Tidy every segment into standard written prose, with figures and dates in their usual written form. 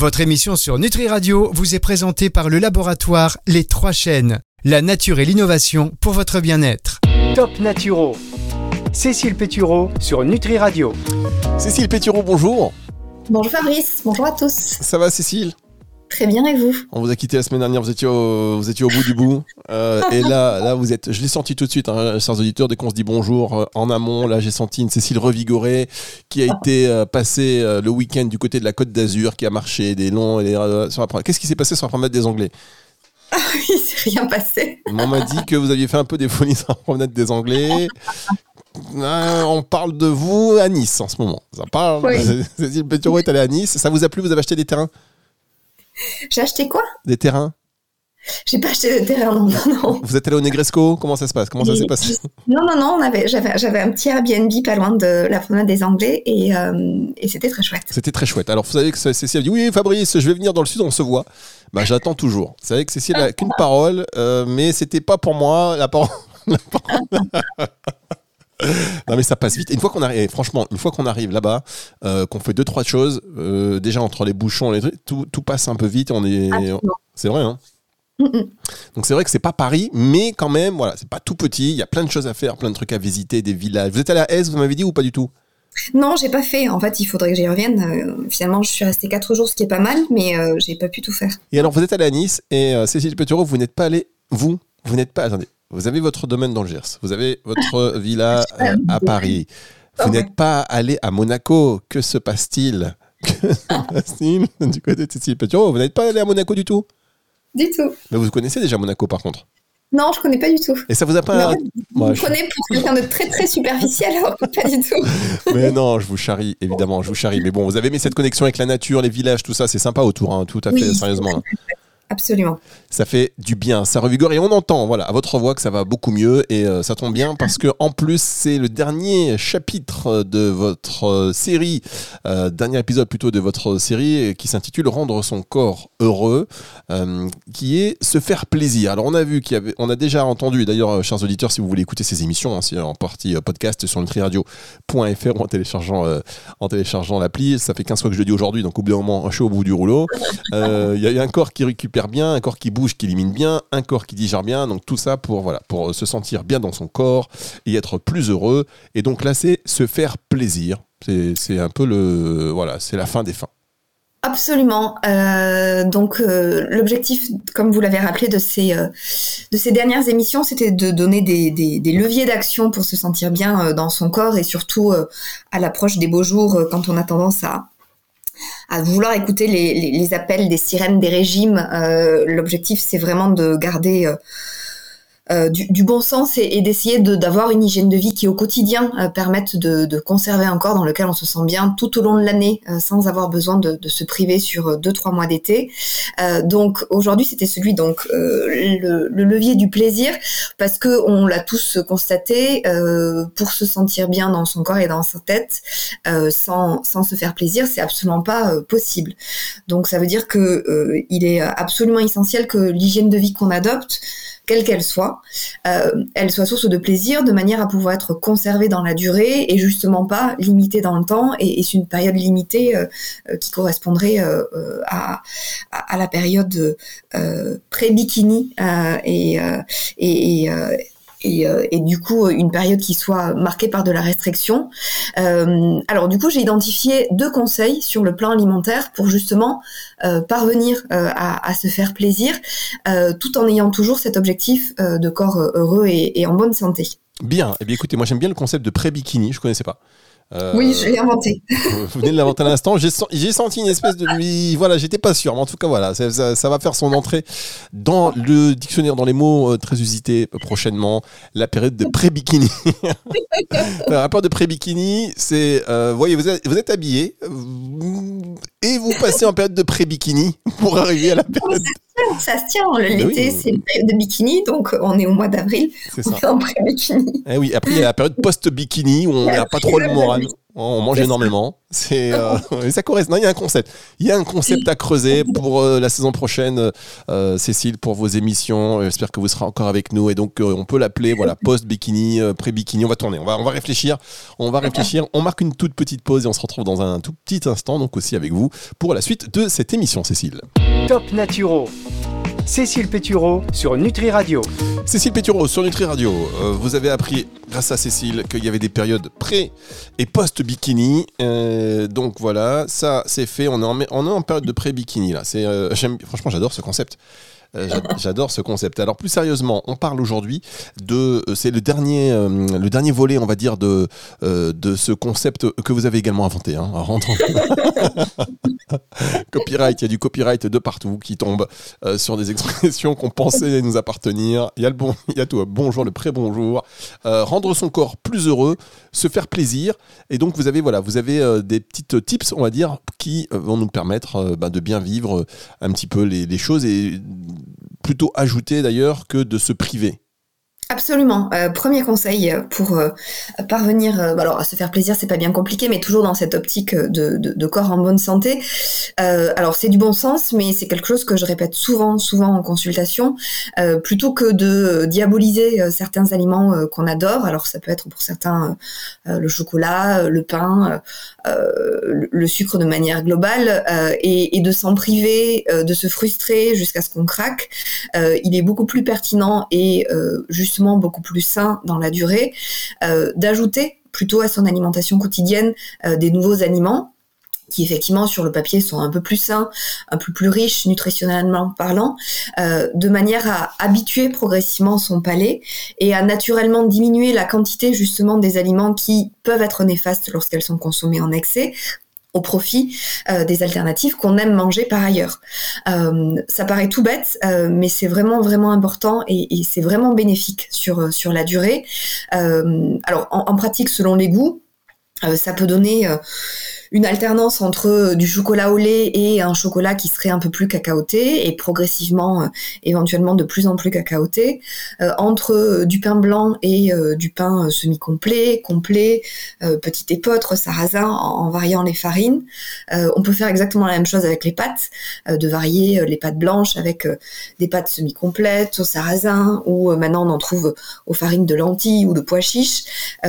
Votre émission sur Nutri Radio vous est présentée par le laboratoire Les Trois Chênes. La nature et l'innovation pour votre bien-être. Top Naturo. Cécile Pétureau sur Nutri Radio. Cécile Pétureau, bonjour. Bonjour Fabrice, bonjour à tous. Ça va Cécile ? Très bien, et vous ? On vous a quitté la semaine dernière, vous étiez au bout du bout. Et là, vous êtes. Je l'ai senti tout de suite, chers auditeurs, dès qu'on se dit bonjour en amont. Là, j'ai senti une Cécile revigorée qui a été passée le week-end du côté de la Côte d'Azur, qui a marché des longs et sur la promenade. Qu'est-ce qui s'est passé sur la promenade des Anglais ? Ah oui, il s'est rien passé. On m'a dit que vous aviez fait un peu des folies sur la promenade des Anglais. On parle de vous à Nice en ce moment. Ça parle. Oui. Cécile Pétureau est allée à Nice. Ça vous a plu ? Vous avez acheté des terrains ? J'ai acheté quoi ? Des terrains ? J'ai pas acheté de terrain, non. Vous êtes allé au Negresco ? Comment ça se passe ? Comment ça s'est passé ? Non, j'avais un petit Airbnb pas loin de la promenade des Anglais et c'était très chouette. C'était très chouette. Alors, vous savez que Cécile a dit « Oui, Fabrice, je vais venir dans le sud, on se voit. » Bah, j'attends toujours. Vous savez que Cécile n'a qu'une parole, mais c'était pas pour moi la parole. Non mais ça passe vite. Une fois qu'on arrive, franchement, une fois qu'on arrive là-bas, qu'on fait 2-3 choses, déjà entre les bouchons, les trucs, tout passe un peu vite. C'est vrai, hein. Donc c'est vrai que c'est pas Paris, mais quand même, voilà, c'est pas tout petit. Il y a plein de choses à faire, plein de trucs à visiter, des villages. Vous êtes allé à Aise, vous m'avez dit, ou pas du tout ? Non, j'ai pas fait. En fait, il faudrait que j'y revienne. Finalement, je suis restée 4 jours, ce qui est pas mal, mais j'ai pas pu tout faire. Et alors, vous êtes allé à Nice et Cécile Pétureau, vous n'êtes pas allé. Vous n'êtes pas. Attendez. Vous avez votre domaine dans le Gers, vous avez votre villa à Paris. Vous n'êtes pas allé à Monaco. Que se passe-t-il ? Du côté de Cécile Pétureau, vous n'êtes pas allé à Monaco du tout ? Du tout. Mais vous connaissez déjà Monaco par contre ? Non, je connais pas du tout. Et ça vous a pas... Vous me prenez pour quelqu'un de très très superficiel, alors que pas du tout. Mais non, je vous charrie, évidemment, je vous charrie. Mais bon, vous avez mis cette connexion avec la nature, les villages, tout ça, c'est sympa autour, hein, tout à fait, sérieusement. Là. Absolument. Ça fait du bien, ça revigore et on entend à votre voix que ça va beaucoup mieux et ça tombe bien parce que en plus c'est le dernier chapitre de votre série, dernier épisode plutôt de votre série qui s'intitule Rendre son corps heureux, qui est se faire plaisir. Alors on a vu on a déjà entendu, d'ailleurs chers auditeurs, si vous voulez écouter ces émissions, c'est en partie podcast sur nutriradio.fr ou en téléchargeant l'appli. Ça fait 15 fois que je le dis aujourd'hui, donc au bout d'un moment, je suis au bout du rouleau. Il y a un corps qui récupère bien, un corps qui bouge, qui élimine bien, un corps qui digère bien, donc tout ça pour se sentir bien dans son corps et être plus heureux. Et donc là, c'est se faire plaisir. C'est un peu c'est la fin des fins. Absolument. Donc l'objectif, comme vous l'avez rappelé, de ces dernières émissions, c'était de donner des leviers d'action pour se sentir bien dans son corps et surtout à l'approche des beaux jours, quand on a tendance à vouloir écouter les appels des sirènes des régimes. L'objectif, c'est vraiment de garder du bon sens et d'essayer d'avoir une hygiène de vie qui, au quotidien, permette de conserver un corps dans lequel on se sent bien tout au long de l'année, sans avoir besoin de se priver sur 2-3 mois d'été. Donc, aujourd'hui, c'était le levier du plaisir, parce que on l'a tous constaté, pour se sentir bien dans son corps et dans sa tête, sans se faire plaisir, c'est absolument pas possible. Donc, ça veut dire que il est absolument essentiel que l'hygiène de vie qu'on adopte, quelle qu'elle soit, elle soit source de plaisir, de manière à pouvoir être conservée dans la durée et justement pas limitée dans le temps et sur une période limitée qui correspondrait à la période pré-bikini et du coup une période qui soit marquée par de la restriction. Alors du coup j'ai identifié 2 conseils sur le plan alimentaire pour justement parvenir à se faire plaisir tout en ayant toujours cet objectif de corps heureux et en bonne santé. Bien, eh bien écoutez, moi j'aime bien le concept de pré-bikini, je ne connaissais pas. Oui, je l'ai inventé. Vous venez de l'inventer à l'instant. J'ai senti une espèce de... Voilà, j'étais pas sûr. Mais en tout cas, voilà, ça va faire son entrée dans le dictionnaire, dans les mots très usités prochainement. La période de pré-bikini. La période de pré-bikini, c'est... voyez, vous êtes habillé et vous passez en période de pré-bikini pour arriver à la période... Ça se tient. L'été, c'est une période de bikini, donc on est au mois d'avril. On est en pré-bikini. Eh oui, après, il y a la période post-bikini où on n'a pas trop le moral. On mange énormément. C'est ça correspond. Il y a un concept. Il y a un concept à creuser pour la saison prochaine, Cécile, pour vos émissions. J'espère que vous serez encore avec nous. Et donc, on peut l'appeler post-bikini, pré-bikini. On va tourner. On va réfléchir. On marque une toute petite pause et on se retrouve dans un tout petit instant, donc aussi avec vous, pour la suite de cette émission, Cécile. Top Naturo. Cécile Pétureau sur Nutri Radio. Cécile Pétureau sur Nutri Radio. Vous avez appris, grâce à Cécile, qu'il y avait des périodes pré- et post-bikini. Donc voilà, ça c'est fait. On est en période de pré-bikini là. Franchement, j'adore ce concept. J'adore ce concept. Alors plus sérieusement, on parle aujourd'hui c'est le dernier volet, on va dire, de ce concept que vous avez également inventé. Hein. Copyright, il y a du copyright de partout qui tombe sur des expressions qu'on pensait nous appartenir. Il y a tout. Bonjour, le pré-bonjour. Rendre son corps plus heureux, se faire plaisir. Et donc vous avez des petites tips, on va dire, qui vont nous permettre de bien vivre un petit peu les choses et plutôt ajouter d'ailleurs que de se priver. Absolument. Premier conseil pour parvenir alors à se faire plaisir, c'est pas bien compliqué, mais toujours dans cette optique de corps en bonne santé. Alors c'est du bon sens, mais c'est quelque chose que je répète souvent en consultation. Plutôt que de diaboliser certains aliments qu'on adore, alors ça peut être pour certains le chocolat, le pain, le sucre de manière globale, et de s'en priver, de se frustrer jusqu'à ce qu'on craque. Il est beaucoup plus pertinent et justement beaucoup plus sain dans la durée, d'ajouter plutôt à son alimentation quotidienne des nouveaux aliments qui effectivement sur le papier sont un peu plus sains, un peu plus riches nutritionnellement parlant, de manière à habituer progressivement son palais et à naturellement diminuer la quantité justement des aliments qui peuvent être néfastes lorsqu'elles sont consommées en excès, au profit des alternatives qu'on aime manger par ailleurs. Ça paraît tout bête, mais c'est vraiment important et c'est vraiment bénéfique sur la durée. Alors en pratique, selon les goûts, ça peut donner une alternance entre du chocolat au lait et un chocolat qui serait un peu plus cacaoté et progressivement éventuellement de plus en plus cacaoté, entre du pain blanc et du pain semi-complet, complet, petit épeautre, sarrasin, en variant les farines. On peut faire exactement la même chose avec les pâtes, de varier les pâtes blanches avec des pâtes semi-complètes au sarrasin, ou maintenant on en trouve aux farines de lentilles ou de pois chiches.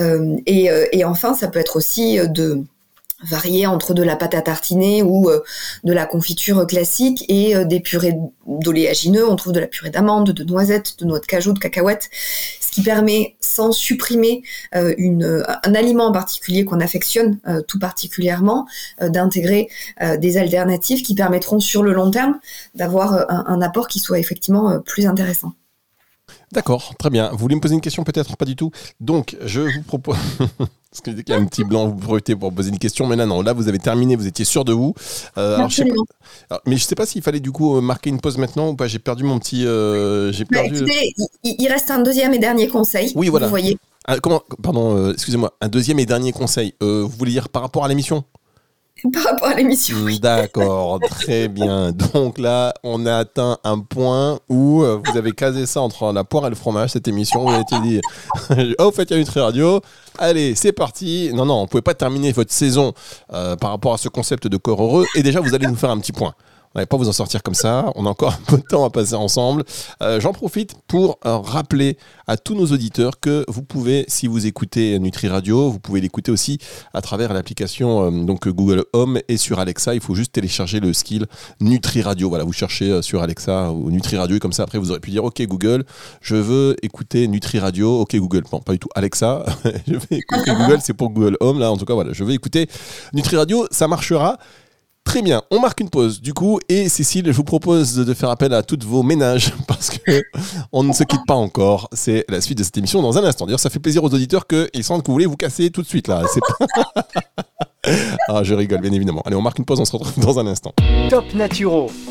Et enfin, ça peut être aussi de varier entre de la pâte à tartiner ou de la confiture classique et des purées d'oléagineux. On trouve de la purée d'amandes, de noisettes, de noix de cajou, de cacahuètes, ce qui permet, sans supprimer un aliment en particulier qu'on affectionne tout particulièrement, d'intégrer des alternatives qui permettront sur le long terme d'avoir un apport qui soit effectivement plus intéressant. D'accord, très bien. Vous voulez me poser une question peut-être? Pas du tout. Donc, je vous propose... Parce qu'il y a un petit blanc, vous profitez pour poser une question, mais là, non. Là, vous avez terminé, vous étiez sûr de vous. Absolument. Mais je ne sais pas s'il fallait du coup marquer une pause maintenant ou pas. J'ai perdu mon petit... Écoutez, il reste un deuxième et dernier conseil. Oui, voilà. Vous voyez. Pardon, excusez-moi. Un deuxième et dernier conseil. Vous voulez dire par rapport à l'émission? Par rapport à l'émission. Oui. D'accord, très bien. Donc là, on a atteint un point où vous avez casé ça entre la poire et le fromage, cette émission. Vous avez été dit, oh, au fait, il y a Nutri Radio. Allez, c'est parti. Non, on ne pouvait pas terminer votre saison par rapport à ce concept de corps heureux. Et déjà, vous allez nous faire un petit point. On n'allait pas vous en sortir comme ça. On a encore un peu de temps à passer ensemble. J'en profite pour rappeler à tous nos auditeurs que vous pouvez, si vous écoutez Nutri Radio, vous pouvez l'écouter aussi à travers l'application donc Google Home et sur Alexa. Il faut juste télécharger le skill Nutri Radio. Voilà, vous cherchez sur Alexa ou Nutri Radio et comme ça, après, vous aurez pu dire OK Google, je veux écouter Nutri Radio. OK Google, non, pas du tout Alexa. Je vais écouter Google, c'est pour Google Home. Là, en tout cas, voilà, je vais écouter Nutri Radio. Ça marchera. Très bien, on marque une pause du coup et Cécile, je vous propose de faire appel à tous vos ménages parce que on ne se quitte pas encore. C'est la suite de cette émission dans un instant. D'ailleurs, ça fait plaisir aux auditeurs qu'ils sentent que vous voulez vous casser tout de suite là. C'est pas... Ah, je rigole bien évidemment. Allez, on marque une pause, on se retrouve dans un instant. Top Naturo.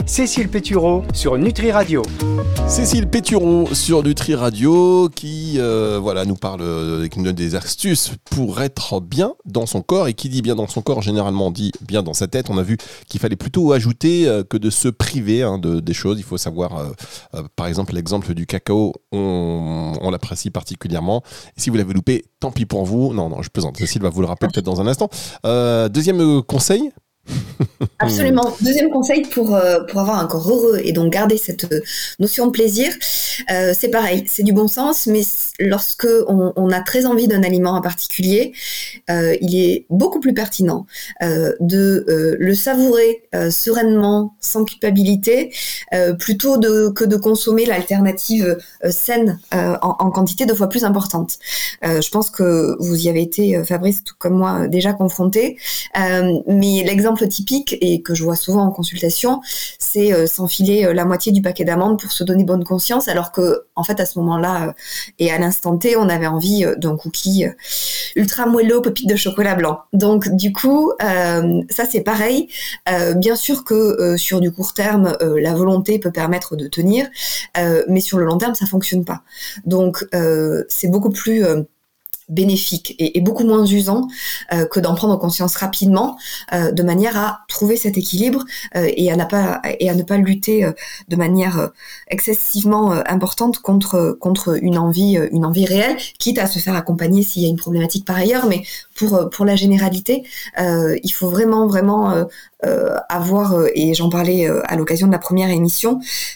Cécile Pétureau sur Nutri Radio. Cécile Pétureau sur Nutri Radio qui nous parle qui nous donne des astuces pour être bien dans son corps. Et qui dit bien dans son corps, généralement dit bien dans sa tête. On a vu qu'il fallait plutôt ajouter que de se priver des choses. Il faut savoir, par exemple, l'exemple du cacao, on l'apprécie particulièrement. Et si vous l'avez loupé, tant pis pour vous. Non, je plaisante. Cécile va vous le rappeler peut-être dans un instant. Deuxième conseil. Absolument. Deuxième conseil pour avoir un corps heureux et donc garder cette notion de plaisir, c'est pareil, c'est du bon sens, mais lorsque on a très envie d'un aliment en particulier, il est beaucoup plus pertinent de le savourer sereinement, sans culpabilité, plutôt que de consommer l'alternative saine en quantité 2 fois plus importante. Je pense que vous y avez été, Fabrice, tout comme moi, déjà confronté, mais l'exemple typique et que je vois souvent en consultation, c'est s'enfiler la moitié du paquet d'amandes pour se donner bonne conscience, alors que en fait à ce moment-là et à l'instant T, on avait envie d'un cookie ultra moelleux aux pépites de chocolat blanc. Donc du coup, ça c'est pareil. Bien sûr que sur du court terme, la volonté peut permettre de tenir, mais sur le long terme, ça fonctionne pas. Donc c'est beaucoup plus bénéfique et beaucoup moins usant que d'en prendre conscience rapidement, de manière à trouver cet équilibre et à ne pas lutter de manière excessivement importante contre une envie réelle, quitte à se faire accompagner s'il y a une problématique par ailleurs. Mais pour la généralité, il faut vraiment avoir, et j'en parlais à l'occasion de la première émission,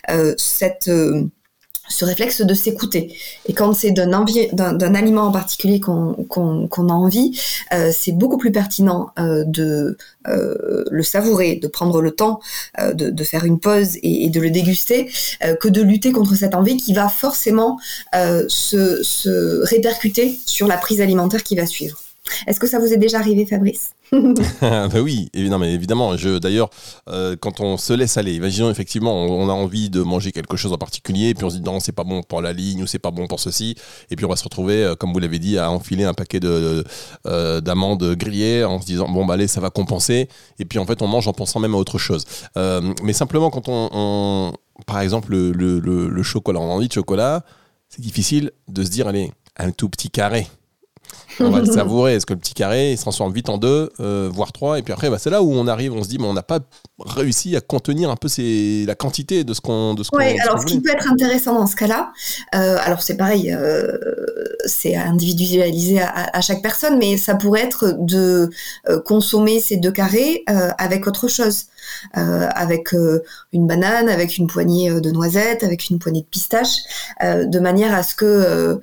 ce réflexe de s'écouter. Et quand c'est d'un aliment en particulier qu'on a envie, c'est beaucoup plus pertinent de le savourer, de prendre le temps de faire une pause et de le déguster, que de lutter contre cette envie qui va forcément se répercuter sur la prise alimentaire qui va suivre. Est-ce que ça vous est déjà arrivé, Fabrice ? Bah oui, évidemment. D'ailleurs, quand on se laisse aller, imaginons effectivement, on a envie de manger quelque chose en particulier, et puis on se dit non, c'est pas bon pour la ligne, ou c'est pas bon pour ceci, et puis on va se retrouver, comme vous l'avez dit, à enfiler un paquet d'amandes grillées en se disant bon bah allez, ça va compenser, et puis en fait on mange en pensant même à autre chose. Mais simplement quand on par exemple le chocolat, on a envie de chocolat, c'est difficile de se dire allez, un tout petit carré. On va le savourer. Est-ce que le petit carré il se transforme vite en 2, voire 3, et puis après c'est là où on arrive, on se dit mais on n'a pas réussi à contenir un peu la quantité de ce qu'on alors ce qui peut être intéressant dans ce cas-là, alors c'est pareil, c'est individualisé à chaque personne, mais ça pourrait être de consommer ces 2 carrés avec autre chose, avec une banane, avec une poignée de noisettes, avec une poignée de pistaches, de manière à ce que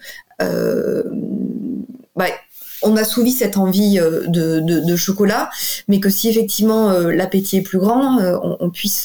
on assouvit cette envie de chocolat, mais que si effectivement l'appétit est plus grand, on puisse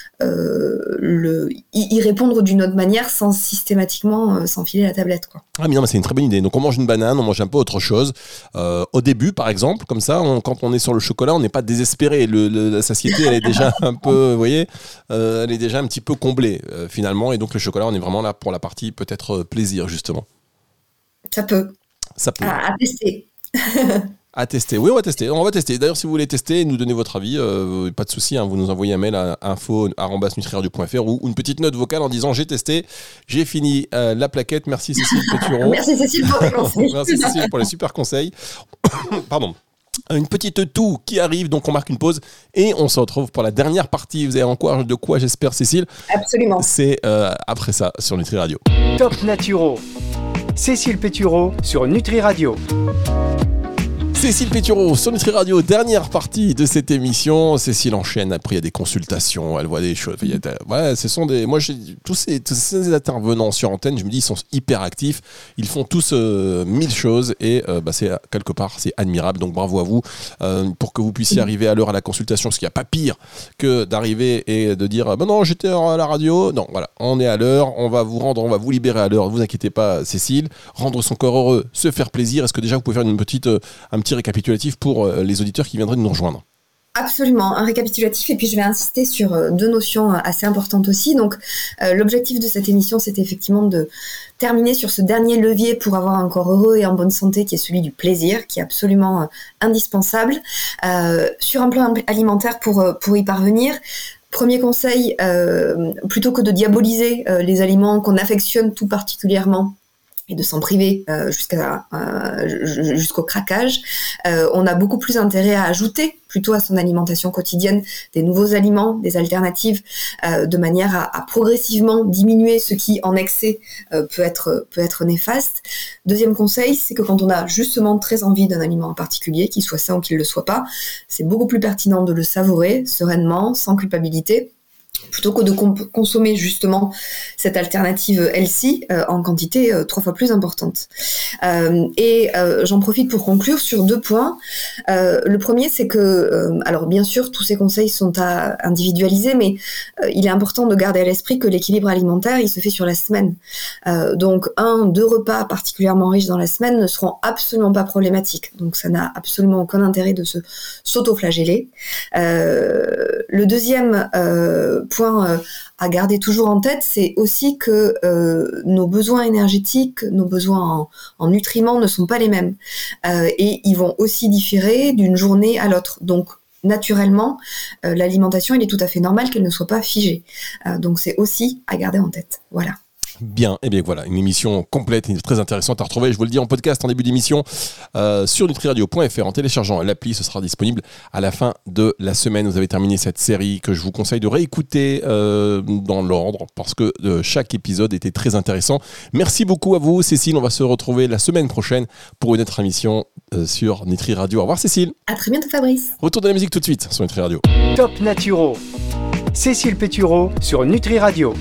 y répondre d'une autre manière sans systématiquement s'enfiler la tablette, quoi. Ah mais non, mais c'est une très bonne idée. Donc on mange une banane, on mange un peu autre chose. Au début, par exemple, comme ça, quand on est sur le chocolat, on n'est pas désespéré. La satiété, elle est déjà un peu, vous voyez, elle est déjà un petit peu comblée finalement. Et donc le chocolat, on est vraiment là pour la partie peut-être plaisir, justement. Ça peut. À tester. À tester. Oui, on va tester. D'ailleurs, si vous voulez tester et nous donner votre avis, pas de souci, vous nous envoyez un mail à info@nutriradio.fr ou une petite note vocale en disant j'ai testé, j'ai fini la plaquette. Merci Cécile Pétureau. Merci Cécile pour les conseils. Merci Cécile pour les super conseils. Pardon. Une petite toux qui arrive, donc on marque une pause et on se retrouve pour la dernière partie. Vous avez encore de quoi, j'espère, Cécile ? Absolument. C'est après ça sur Nutri Radio. Top Naturo. Cécile Pétureau sur Nutri Radio. Cécile Pétureau sur Nutri Radio, dernière partie de cette émission. Cécile enchaîne, après il y a des consultations, elle voit des choses. Tous ces intervenants sur antenne, je me dis, ils sont hyper actifs, ils font tous 1000 choses et c'est quelque part, c'est admirable. Donc bravo à vous pour que vous puissiez arriver à l'heure à la consultation, parce qu'il n'y a pas pire que d'arriver et de dire non, j'étais à la radio. Non, voilà, on est à l'heure, on va vous libérer à l'heure. Ne vous inquiétez pas, Cécile. Rendre son corps heureux, se faire plaisir. Est-ce que déjà vous pouvez faire un petit récapitulatif pour les auditeurs qui viendraient de nous rejoindre? Absolument, un récapitulatif, et puis je vais insister sur 2 notions assez importantes aussi. Donc l'objectif de cette émission, c'était effectivement de terminer sur ce dernier levier pour avoir un corps heureux et en bonne santé, qui est celui du plaisir, qui est absolument indispensable. Sur un plan alimentaire, pour y parvenir, Premier conseil, plutôt que de diaboliser les aliments qu'on affectionne tout particulièrement, et de s'en priver jusqu'au craquage, on a beaucoup plus intérêt à ajouter plutôt à son alimentation quotidienne des nouveaux aliments, des alternatives, de manière à progressivement diminuer ce qui en excès peut être néfaste. Deuxième conseil, c'est que quand on a justement très envie d'un aliment en particulier, qu'il soit sain ou qu'il ne le soit pas, c'est beaucoup plus pertinent de le savourer sereinement, sans culpabilité, plutôt que de consommer justement cette alternative healthy en quantité 3 fois plus importante. J'en profite pour conclure sur 2 points. Le premier, c'est que, alors bien sûr, tous ces conseils sont à individualiser, mais il est important de garder à l'esprit que l'équilibre alimentaire, il se fait sur la semaine. Donc 1-2 repas particulièrement riches dans la semaine ne seront absolument pas problématiques. Donc ça n'a absolument aucun intérêt de s'auto-flageller. Le deuxième point à garder toujours en tête, c'est aussi que nos besoins énergétiques, nos besoins en nutriments ne sont pas les mêmes. Et ils vont aussi différer d'une journée à l'autre. Donc, naturellement, l'alimentation, il est tout à fait normal qu'elle ne soit pas figée. Donc, c'est aussi à garder en tête. Voilà. Bien, et bien voilà, une émission complète et très intéressante à retrouver, je vous le dis, en podcast en début d'émission sur nutriradio.fr en téléchargeant l'appli. Ce sera disponible à la fin de la semaine. Vous avez terminé cette série que je vous conseille de réécouter dans l'ordre parce que chaque épisode était très intéressant. Merci beaucoup à vous, Cécile. On va se retrouver la semaine prochaine pour une autre émission sur Nutri Radio. Au revoir, Cécile. À très bientôt, Fabrice. Retour de la musique tout de suite sur Nutri Radio. Top Naturo. Cécile Pétureau sur Nutri Radio.